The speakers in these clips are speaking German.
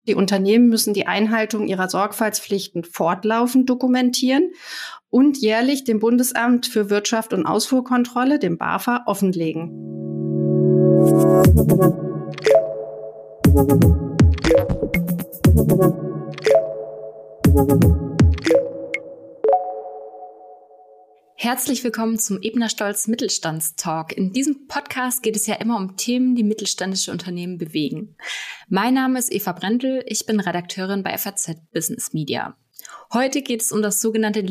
Die Unternehmen müssen die Einhaltung ihrer Sorgfaltspflichten fortlaufend dokumentieren und jährlich dem Bundesamt für Wirtschaft und Ausfuhrkontrolle, dem BAFA, offenlegen. Herzlich willkommen zum Ebner Stolz Mittelstandstalk. In diesem Podcast geht es ja immer um Themen, die mittelständische Unternehmen bewegen. Mein Name ist Eva Brendel, ich bin Redakteurin bei FAZ Business Media. Heute geht es um das sogenannte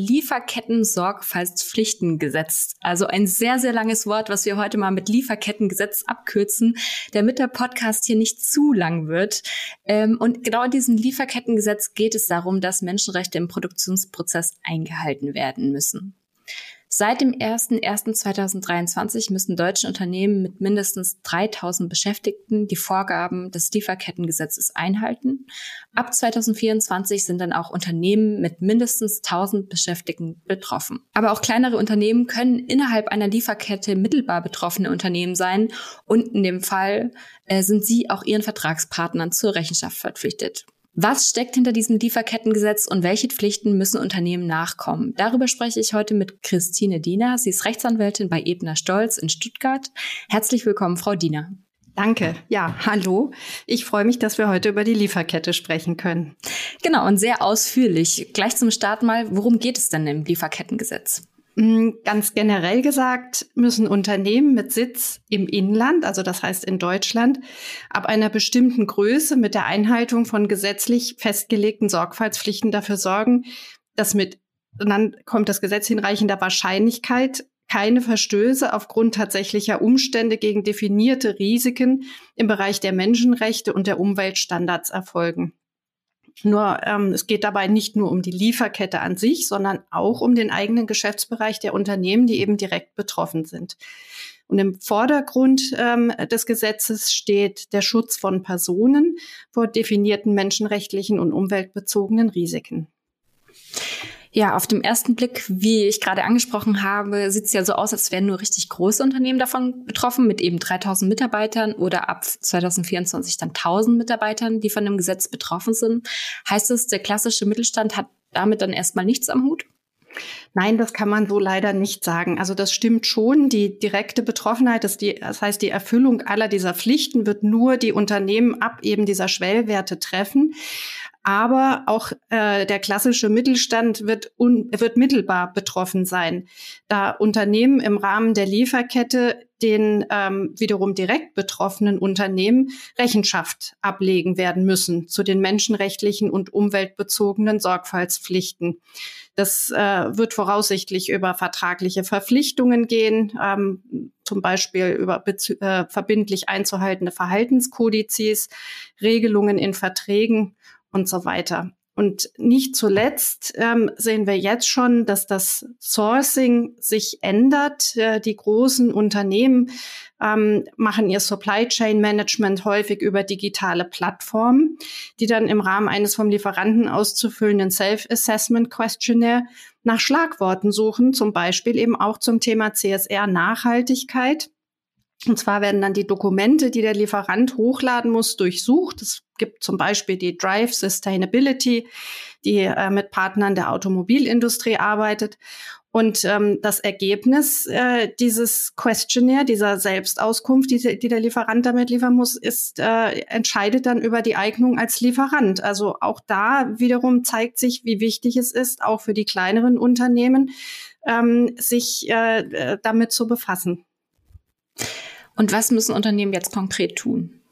Lieferketten-Sorgfaltspflichtengesetz. Also ein sehr, sehr langes Wort, was wir heute mal mit Lieferkettengesetz abkürzen, damit der Podcast hier nicht zu lang wird. Und genau in diesem Lieferkettengesetz geht es darum, dass Menschenrechte im Produktionsprozess eingehalten werden müssen. Seit dem 01.01.2023 müssen deutsche Unternehmen mit mindestens 3.000 Beschäftigten die Vorgaben des Lieferkettengesetzes einhalten. Ab 2024 sind dann auch Unternehmen mit mindestens 1.000 Beschäftigten betroffen. Aber auch kleinere Unternehmen können innerhalb einer Lieferkette mittelbar betroffene Unternehmen sein und in dem Fall sind sie auch ihren Vertragspartnern zur Rechenschaft verpflichtet. Was steckt hinter diesem Lieferkettengesetz und welche Pflichten müssen Unternehmen nachkommen? Darüber spreche ich heute mit Christine Diener. Sie ist Rechtsanwältin bei Ebner Stolz in Stuttgart. Herzlich willkommen, Frau Diener. Danke. Ja, hallo. Ich freue mich, dass wir heute über die Lieferkette sprechen können. Genau, und sehr ausführlich. Gleich zum Start mal, worum geht es denn im Lieferkettengesetz? Ganz generell gesagt müssen Unternehmen mit Sitz im Inland, also das heißt in Deutschland, ab einer bestimmten Größe mit der Einhaltung von gesetzlich festgelegten Sorgfaltspflichten dafür sorgen, dass und dann kommt das Gesetz hinreichender Wahrscheinlichkeit keine Verstöße aufgrund tatsächlicher Umstände gegen definierte Risiken im Bereich der Menschenrechte und der Umweltstandards erfolgen. Nur es geht dabei nicht nur um die Lieferkette an sich, sondern auch um den eigenen Geschäftsbereich der Unternehmen, die eben direkt betroffen sind. Und im Vordergrund des Gesetzes steht der Schutz von Personen vor definierten menschenrechtlichen und umweltbezogenen Risiken. Ja, auf den ersten Blick, wie ich gerade angesprochen habe, sieht es ja so aus, als wären nur richtig große Unternehmen davon betroffen, mit eben 3.000 Mitarbeitern oder ab 2024 dann 1.000 Mitarbeitern, die von dem Gesetz betroffen sind. Heißt es, der klassische Mittelstand hat damit dann erstmal nichts am Hut? Nein, das kann man so leider nicht sagen. Also das stimmt schon. Die direkte Betroffenheit, das heißt, die Erfüllung aller dieser Pflichten wird nur die Unternehmen ab eben dieser Schwellwerte treffen. Aber auch der klassische Mittelstand wird mittelbar betroffen sein, da Unternehmen im Rahmen der Lieferkette den wiederum direkt betroffenen Unternehmen Rechenschaft ablegen werden müssen zu den menschenrechtlichen und umweltbezogenen Sorgfaltspflichten. Das wird voraussichtlich über vertragliche Verpflichtungen gehen, zum Beispiel über verbindlich einzuhaltende Verhaltenskodizes, Regelungen in Verträgen und so weiter. Und nicht zuletzt sehen wir jetzt schon, dass das Sourcing sich ändert. Die großen Unternehmen machen ihr Supply Chain Management häufig über digitale Plattformen, die dann im Rahmen eines vom Lieferanten auszufüllenden Self-Assessment Questionnaire nach Schlagworten suchen, zum Beispiel eben auch zum Thema CSR Nachhaltigkeit. Und zwar werden dann die Dokumente, die der Lieferant hochladen muss, durchsucht. Es gibt zum Beispiel die Drive Sustainability, die mit Partnern der Automobilindustrie arbeitet. Und das Ergebnis dieses Questionnaire, dieser Selbstauskunft, die der Lieferant damit liefern muss, entscheidet dann über die Eignung als Lieferant. Also auch da wiederum zeigt sich, wie wichtig es ist, auch für die kleineren Unternehmen, sich damit zu befassen. Und was müssen Unternehmen jetzt konkret tun?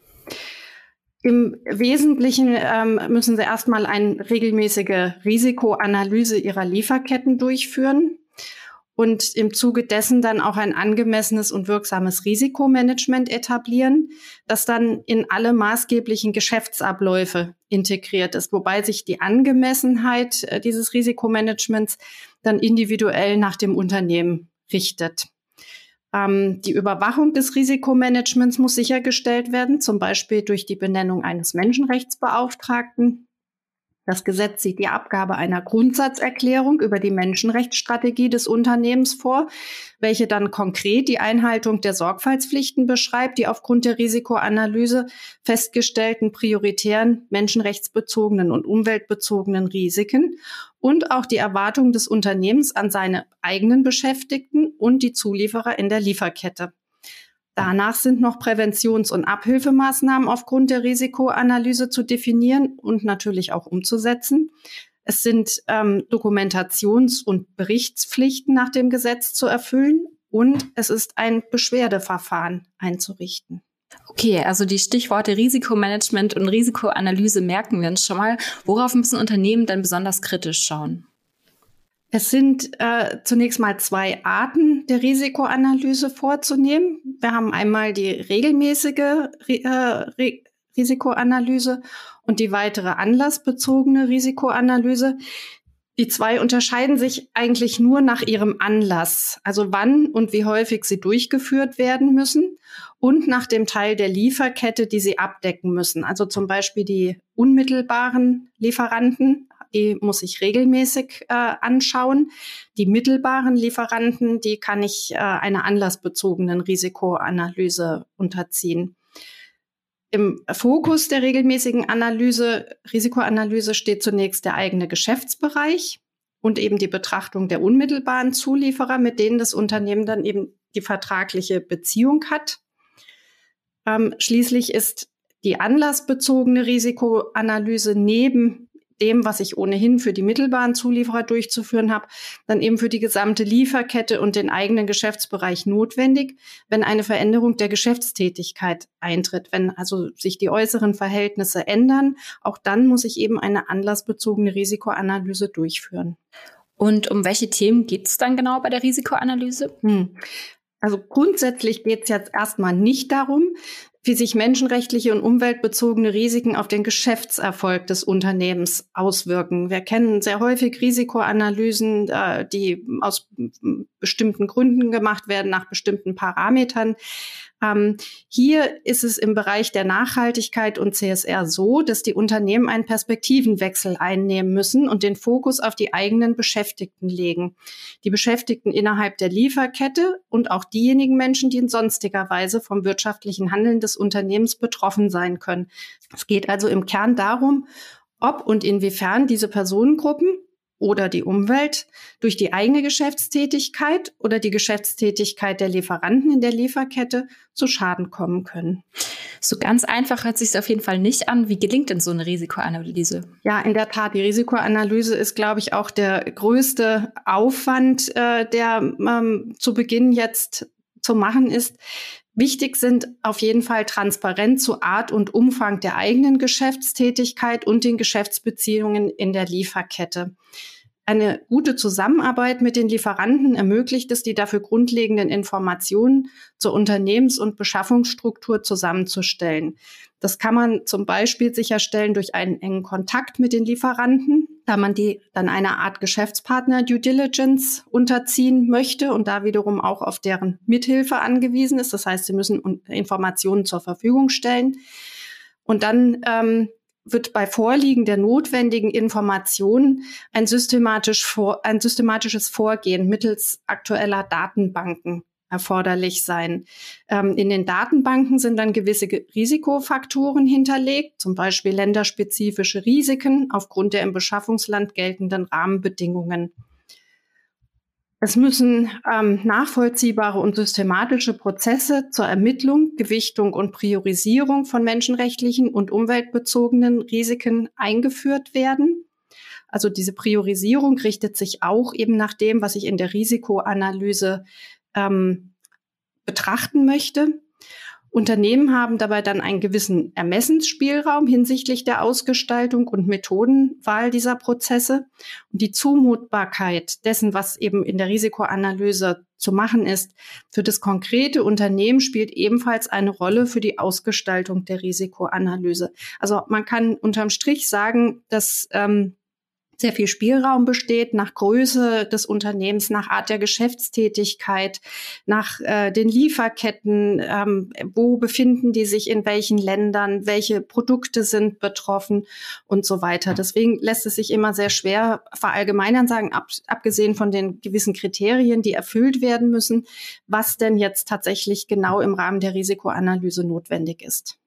Im Wesentlichen müssen sie erstmal eine regelmäßige Risikoanalyse ihrer Lieferketten durchführen und im Zuge dessen dann auch ein angemessenes und wirksames Risikomanagement etablieren, das dann in alle maßgeblichen Geschäftsabläufe integriert ist, wobei sich die Angemessenheit dieses Risikomanagements dann individuell nach dem Unternehmen richtet. Die Überwachung des Risikomanagements muss sichergestellt werden, zum Beispiel durch die Benennung eines Menschenrechtsbeauftragten. Das Gesetz sieht die Abgabe einer Grundsatzerklärung über die Menschenrechtsstrategie des Unternehmens vor, welche dann konkret die Einhaltung der Sorgfaltspflichten beschreibt, die aufgrund der Risikoanalyse festgestellten prioritären menschenrechtsbezogenen und umweltbezogenen Risiken und auch die Erwartungen des Unternehmens an seine eigenen Beschäftigten und die Zulieferer in der Lieferkette. Danach sind noch Präventions- und Abhilfemaßnahmen aufgrund der Risikoanalyse zu definieren und natürlich auch umzusetzen. Es sind Dokumentations- und Berichtspflichten nach dem Gesetz zu erfüllen und es ist ein Beschwerdeverfahren einzurichten. Okay, also die Stichworte Risikomanagement und Risikoanalyse merken wir uns schon mal. Worauf müssen Unternehmen denn besonders kritisch schauen? Es sind zunächst mal 2 Arten der Risikoanalyse vorzunehmen. Wir haben einmal die regelmäßige Risikoanalyse und die weitere anlassbezogene Risikoanalyse. Die 2 unterscheiden sich eigentlich nur nach ihrem Anlass, also wann und wie häufig sie durchgeführt werden müssen und nach dem Teil der Lieferkette, die sie abdecken müssen. Also zum Beispiel die unmittelbaren Lieferanten, die muss ich regelmäßig anschauen. Die mittelbaren Lieferanten, die kann ich einer anlassbezogenen Risikoanalyse unterziehen. Im Fokus der regelmäßigen Risikoanalyse steht zunächst der eigene Geschäftsbereich und eben die Betrachtung der unmittelbaren Zulieferer, mit denen das Unternehmen dann eben die vertragliche Beziehung hat. Schließlich ist die anlassbezogene Risikoanalyse neben dem, was ich ohnehin für die mittelbaren Zulieferer durchzuführen habe, dann eben für die gesamte Lieferkette und den eigenen Geschäftsbereich notwendig, wenn eine Veränderung der Geschäftstätigkeit eintritt, wenn also sich die äußeren Verhältnisse ändern. Auch dann muss ich eben eine anlassbezogene Risikoanalyse durchführen. Und um welche Themen geht es dann genau bei der Risikoanalyse? Also grundsätzlich geht es jetzt erstmal nicht darum, wie sich menschenrechtliche und umweltbezogene Risiken auf den Geschäftserfolg des Unternehmens auswirken. Wir kennen sehr häufig Risikoanalysen, die aus bestimmten Gründen gemacht werden, nach bestimmten Parametern. Hier ist es im Bereich der Nachhaltigkeit und CSR so, dass die Unternehmen einen Perspektivenwechsel einnehmen müssen und den Fokus auf die eigenen Beschäftigten legen. Die Beschäftigten innerhalb der Lieferkette und auch diejenigen Menschen, die in sonstiger Weise vom wirtschaftlichen Handeln des Unternehmens betroffen sein können. Es geht also im Kern darum, ob und inwiefern diese Personengruppen oder die Umwelt durch die eigene Geschäftstätigkeit oder die Geschäftstätigkeit der Lieferanten in der Lieferkette zu Schaden kommen können. So ganz einfach hört sich es auf jeden Fall nicht an. Wie gelingt denn so eine Risikoanalyse? Ja, in der Tat. Die Risikoanalyse ist, glaube ich, auch der größte Aufwand, der zu Beginn jetzt zu machen ist. Wichtig sind auf jeden Fall Transparenz zu Art und Umfang der eigenen Geschäftstätigkeit und den Geschäftsbeziehungen in der Lieferkette. Eine gute Zusammenarbeit mit den Lieferanten ermöglicht es, die dafür grundlegenden Informationen zur Unternehmens- und Beschaffungsstruktur zusammenzustellen. Das kann man zum Beispiel sicherstellen durch einen engen Kontakt mit den Lieferanten, da man die dann einer Art Geschäftspartner-Due Diligence unterziehen möchte und da wiederum auch auf deren Mithilfe angewiesen ist. Das heißt, sie müssen Informationen zur Verfügung stellen. Und dann wird bei Vorliegen der notwendigen Informationen ein systematisches Vorgehen mittels aktueller Datenbanken erforderlich sein. In den Datenbanken sind dann gewisse Risikofaktoren hinterlegt, zum Beispiel länderspezifische Risiken aufgrund der im Beschaffungsland geltenden Rahmenbedingungen. Es müssen nachvollziehbare und systematische Prozesse zur Ermittlung, Gewichtung und Priorisierung von menschenrechtlichen und umweltbezogenen Risiken eingeführt werden. Also diese Priorisierung richtet sich auch eben nach dem, was ich in der Risikoanalyse betrachten möchte. Unternehmen haben dabei dann einen gewissen Ermessensspielraum hinsichtlich der Ausgestaltung und Methodenwahl dieser Prozesse. Und die Zumutbarkeit dessen, was eben in der Risikoanalyse zu machen ist, für das konkrete Unternehmen spielt ebenfalls eine Rolle für die Ausgestaltung der Risikoanalyse. Also man kann unterm Strich sagen, dass sehr viel Spielraum besteht nach Größe des Unternehmens, nach Art der Geschäftstätigkeit, nach den Lieferketten, wo befinden die sich in welchen Ländern, welche Produkte sind betroffen und so weiter. Deswegen lässt es sich immer sehr schwer verallgemeinern sagen, abgesehen von den gewissen Kriterien, die erfüllt werden müssen, was denn jetzt tatsächlich genau im Rahmen der Risikoanalyse notwendig ist.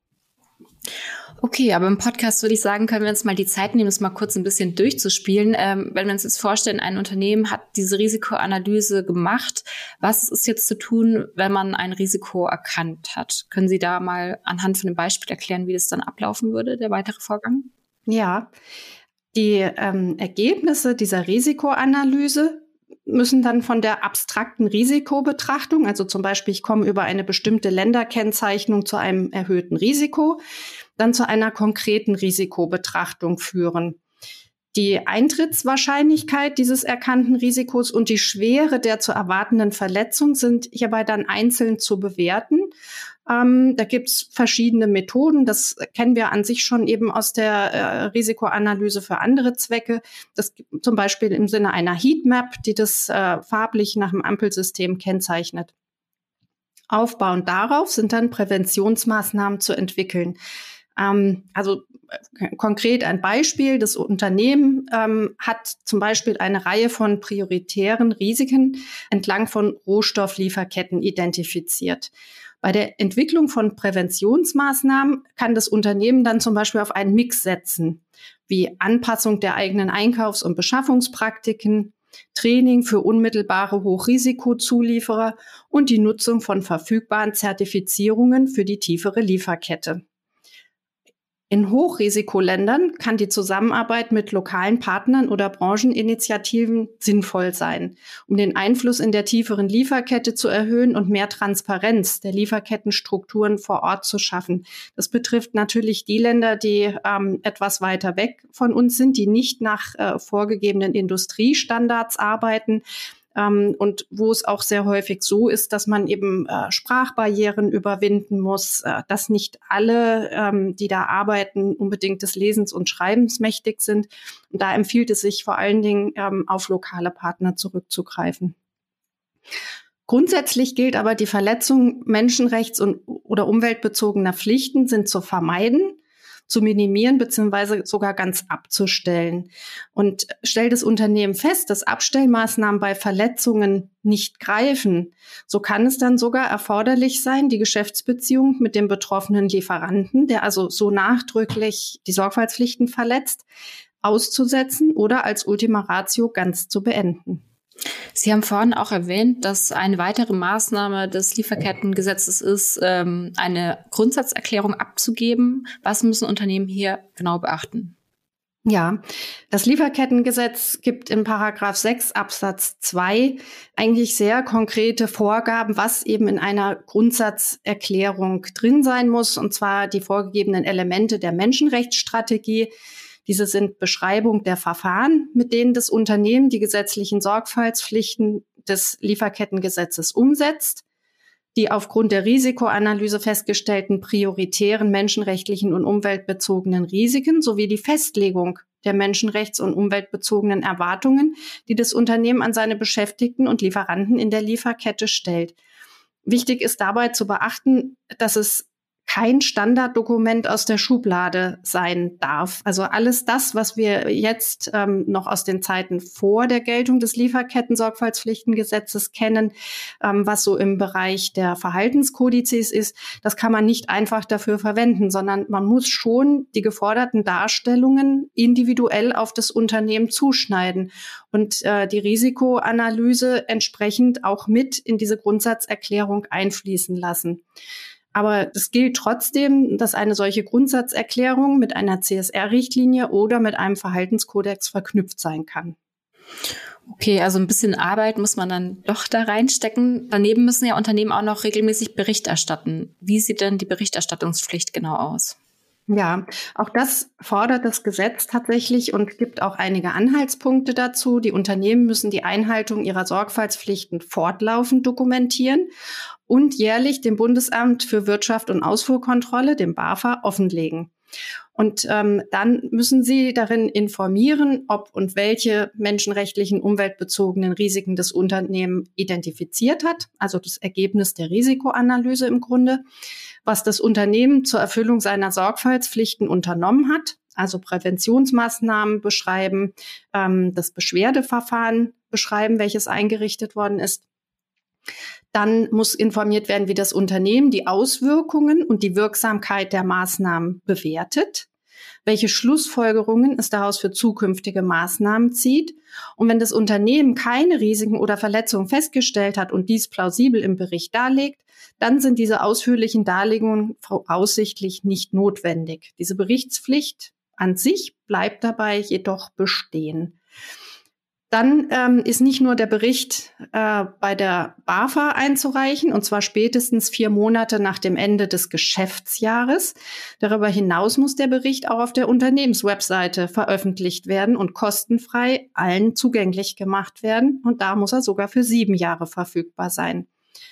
Okay, aber im Podcast würde ich sagen, können wir uns mal die Zeit nehmen, das mal kurz ein bisschen durchzuspielen. Wenn wir uns jetzt vorstellen, ein Unternehmen hat diese Risikoanalyse gemacht. Was ist jetzt zu tun, wenn man ein Risiko erkannt hat? Können Sie da mal anhand von einem Beispiel erklären, wie das dann ablaufen würde, der weitere Vorgang? Ja, die Ergebnisse dieser Risikoanalyse müssen dann von der abstrakten Risikobetrachtung, also zum Beispiel, ich komme über eine bestimmte Länderkennzeichnung zu einem erhöhten Risiko, dann zu einer konkreten Risikobetrachtung führen. Die Eintrittswahrscheinlichkeit dieses erkannten Risikos und die Schwere der zu erwartenden Verletzung sind hierbei dann einzeln zu bewerten. Da gibt's verschiedene Methoden. Das kennen wir an sich schon eben aus der Risikoanalyse für andere Zwecke. Das gibt zum Beispiel im Sinne einer Heatmap, die das farblich nach dem Ampelsystem kennzeichnet. Aufbauend darauf sind dann Präventionsmaßnahmen zu entwickeln. Also konkret ein Beispiel, das Unternehmen hat zum Beispiel eine Reihe von prioritären Risiken entlang von Rohstofflieferketten identifiziert. Bei der Entwicklung von Präventionsmaßnahmen kann das Unternehmen dann zum Beispiel auf einen Mix setzen, wie Anpassung der eigenen Einkaufs- und Beschaffungspraktiken, Training für unmittelbare Hochrisikozulieferer und die Nutzung von verfügbaren Zertifizierungen für die tiefere Lieferkette. In Hochrisikoländern kann die Zusammenarbeit mit lokalen Partnern oder Brancheninitiativen sinnvoll sein, um den Einfluss in der tieferen Lieferkette zu erhöhen und mehr Transparenz der Lieferkettenstrukturen vor Ort zu schaffen. Das betrifft natürlich die Länder, die etwas weiter weg von uns sind, die nicht nach vorgegebenen Industriestandards arbeiten. Und wo es auch sehr häufig so ist, dass man eben Sprachbarrieren überwinden muss, dass nicht alle, die da arbeiten, unbedingt des Lesens und Schreibens mächtig sind. Und da empfiehlt es sich vor allen Dingen, auf lokale Partner zurückzugreifen. Grundsätzlich gilt aber, die Verletzung menschenrechts- oder umweltbezogener Pflichten sind zu vermeiden, zu minimieren bzw. sogar ganz abzustellen. Und stellt das Unternehmen fest, dass Abstellmaßnahmen bei Verletzungen nicht greifen, so kann es dann sogar erforderlich sein, die Geschäftsbeziehung mit dem betroffenen Lieferanten, der also so nachdrücklich die Sorgfaltspflichten verletzt, auszusetzen oder als Ultima Ratio ganz zu beenden. Sie haben vorhin auch erwähnt, dass eine weitere Maßnahme des Lieferkettengesetzes ist, eine Grundsatzerklärung abzugeben. Was müssen Unternehmen hier genau beachten? Ja, das Lieferkettengesetz gibt in Paragraph 6 Absatz 2 eigentlich sehr konkrete Vorgaben, was eben in einer Grundsatzerklärung drin sein muss, und zwar die vorgegebenen Elemente der Menschenrechtsstrategie. Diese sind Beschreibung der Verfahren, mit denen das Unternehmen die gesetzlichen Sorgfaltspflichten des Lieferkettengesetzes umsetzt, die aufgrund der Risikoanalyse festgestellten prioritären menschenrechtlichen und umweltbezogenen Risiken sowie die Festlegung der menschenrechts- und umweltbezogenen Erwartungen, die das Unternehmen an seine Beschäftigten und Lieferanten in der Lieferkette stellt. Wichtig ist dabei zu beachten, dass es kein Standarddokument aus der Schublade sein darf. Also alles das, was wir jetzt noch aus den Zeiten vor der Geltung des Lieferketten-Sorgfaltspflichtengesetzes kennen, was so im Bereich der Verhaltenskodizes ist, das kann man nicht einfach dafür verwenden, sondern man muss schon die geforderten Darstellungen individuell auf das Unternehmen zuschneiden und die Risikoanalyse entsprechend auch mit in diese Grundsatzerklärung einfließen lassen. Aber es gilt trotzdem, dass eine solche Grundsatzerklärung mit einer CSR-Richtlinie oder mit einem Verhaltenskodex verknüpft sein kann. Okay, also ein bisschen Arbeit muss man dann doch da reinstecken. Daneben müssen ja Unternehmen auch noch regelmäßig Bericht erstatten. Wie sieht denn die Berichterstattungspflicht genau aus? Ja, auch das fordert das Gesetz tatsächlich und gibt auch einige Anhaltspunkte dazu. Die Unternehmen müssen die Einhaltung ihrer Sorgfaltspflichten fortlaufend dokumentieren und jährlich dem Bundesamt für Wirtschaft und Ausfuhrkontrolle, dem BAFA, offenlegen. Und dann müssen Sie darin informieren, ob und welche menschenrechtlichen, umweltbezogenen Risiken das Unternehmen identifiziert hat, also das Ergebnis der Risikoanalyse im Grunde, was das Unternehmen zur Erfüllung seiner Sorgfaltspflichten unternommen hat, also Präventionsmaßnahmen beschreiben, das Beschwerdeverfahren beschreiben, welches eingerichtet worden ist. Dann muss informiert werden, wie das Unternehmen die Auswirkungen und die Wirksamkeit der Maßnahmen bewertet, welche Schlussfolgerungen es daraus für zukünftige Maßnahmen zieht. Und wenn das Unternehmen keine Risiken oder Verletzungen festgestellt hat und dies plausibel im Bericht darlegt, dann sind diese ausführlichen Darlegungen voraussichtlich nicht notwendig. Diese Berichtspflicht an sich bleibt dabei jedoch bestehen. Dann ist nicht nur der Bericht bei der BAFA einzureichen, und zwar spätestens 4 Monate nach dem Ende des Geschäftsjahres. Darüber hinaus muss der Bericht auch auf der Unternehmenswebseite veröffentlicht werden und kostenfrei allen zugänglich gemacht werden. Und da muss er sogar für 7 Jahre verfügbar sein.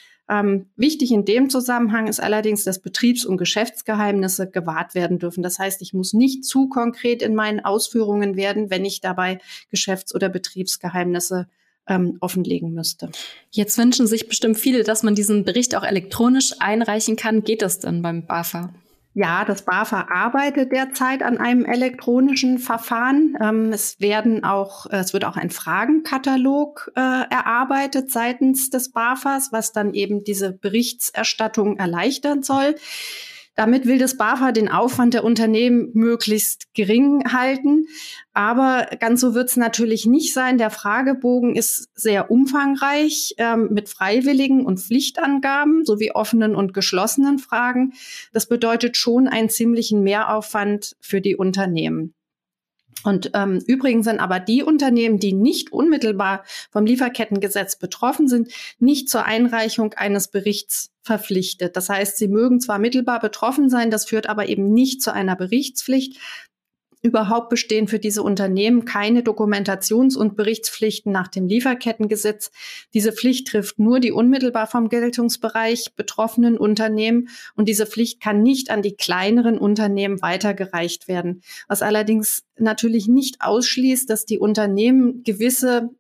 Wichtig in dem Zusammenhang ist allerdings, dass Betriebs- und Geschäftsgeheimnisse gewahrt werden dürfen. Das heißt, ich muss nicht zu konkret in meinen Ausführungen werden, wenn ich dabei Geschäfts- oder Betriebsgeheimnisse offenlegen müsste. Jetzt wünschen sich bestimmt viele, dass man diesen Bericht auch elektronisch einreichen kann. Geht das denn beim BAFA? Ja, das BAFA arbeitet derzeit an einem elektronischen Verfahren. Es wird auch ein Fragenkatalog erarbeitet seitens des BAFAs, was dann eben diese Berichterstattung erleichtern soll. Damit will das BAFA den Aufwand der Unternehmen möglichst gering halten. Aber ganz so wird es natürlich nicht sein. Der Fragebogen ist sehr umfangreich mit freiwilligen und Pflichtangaben sowie offenen und geschlossenen Fragen. Das bedeutet schon einen ziemlichen Mehraufwand für die Unternehmen. Und übrigens sind aber die Unternehmen, die nicht unmittelbar vom Lieferkettengesetz betroffen sind, nicht zur Einreichung eines Berichts verpflichtet. Das heißt, sie mögen zwar mittelbar betroffen sein, das führt aber eben nicht zu einer Berichtspflicht. Überhaupt bestehen für diese Unternehmen keine Dokumentations- und Berichtspflichten nach dem Lieferkettengesetz. Diese Pflicht trifft nur die unmittelbar vom Geltungsbereich betroffenen Unternehmen, und diese Pflicht kann nicht an die kleineren Unternehmen weitergereicht werden. Was allerdings natürlich nicht ausschließt, dass die Unternehmen gewisse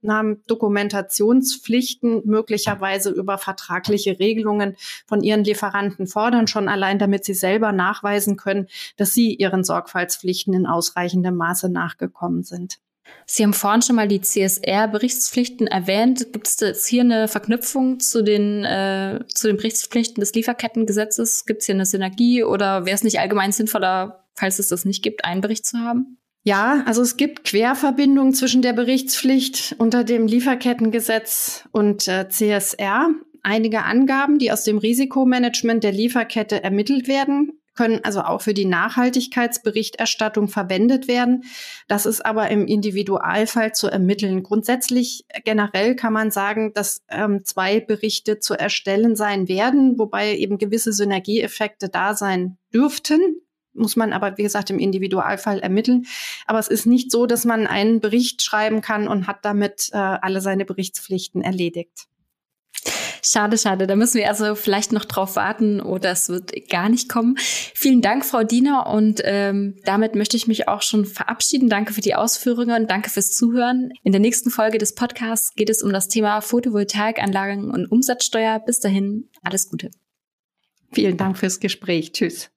Dokumentationspflichten möglicherweise über vertragliche Regelungen von ihren Lieferanten fordern, schon allein damit sie selber nachweisen können, dass sie ihren Sorgfaltspflichten in ausreichendem Maße nachgekommen sind. Sie haben vorhin schon mal die CSR-Berichtspflichten erwähnt. Gibt es jetzt hier eine Verknüpfung zu den Berichtspflichten des Lieferkettengesetzes? Gibt es hier eine Synergie, oder wäre es nicht allgemein sinnvoller, falls es das nicht gibt, einen Bericht zu haben? Ja, also es gibt Querverbindungen zwischen der Berichtspflicht unter dem Lieferkettengesetz und CSR. Einige Angaben, die aus dem Risikomanagement der Lieferkette ermittelt werden, können also auch für die Nachhaltigkeitsberichterstattung verwendet werden. Das ist aber im Individualfall zu ermitteln. Grundsätzlich generell kann man sagen, dass 2 Berichte zu erstellen sein werden, wobei eben gewisse Synergieeffekte da sein dürften. Muss man aber, wie gesagt, im Individualfall ermitteln. Aber es ist nicht so, dass man einen Bericht schreiben kann und hat damit alle seine Berichtspflichten erledigt. Schade. Da müssen wir also vielleicht noch drauf warten, oder es wird gar nicht kommen. Vielen Dank, Frau Diener. Und damit möchte ich mich auch schon verabschieden. Danke für die Ausführungen. Danke fürs Zuhören. In der nächsten Folge des Podcasts geht es um das Thema Photovoltaikanlagen und Umsatzsteuer. Bis dahin, alles Gute. Vielen Dank fürs Gespräch. Tschüss.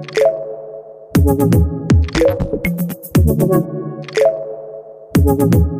Thank you.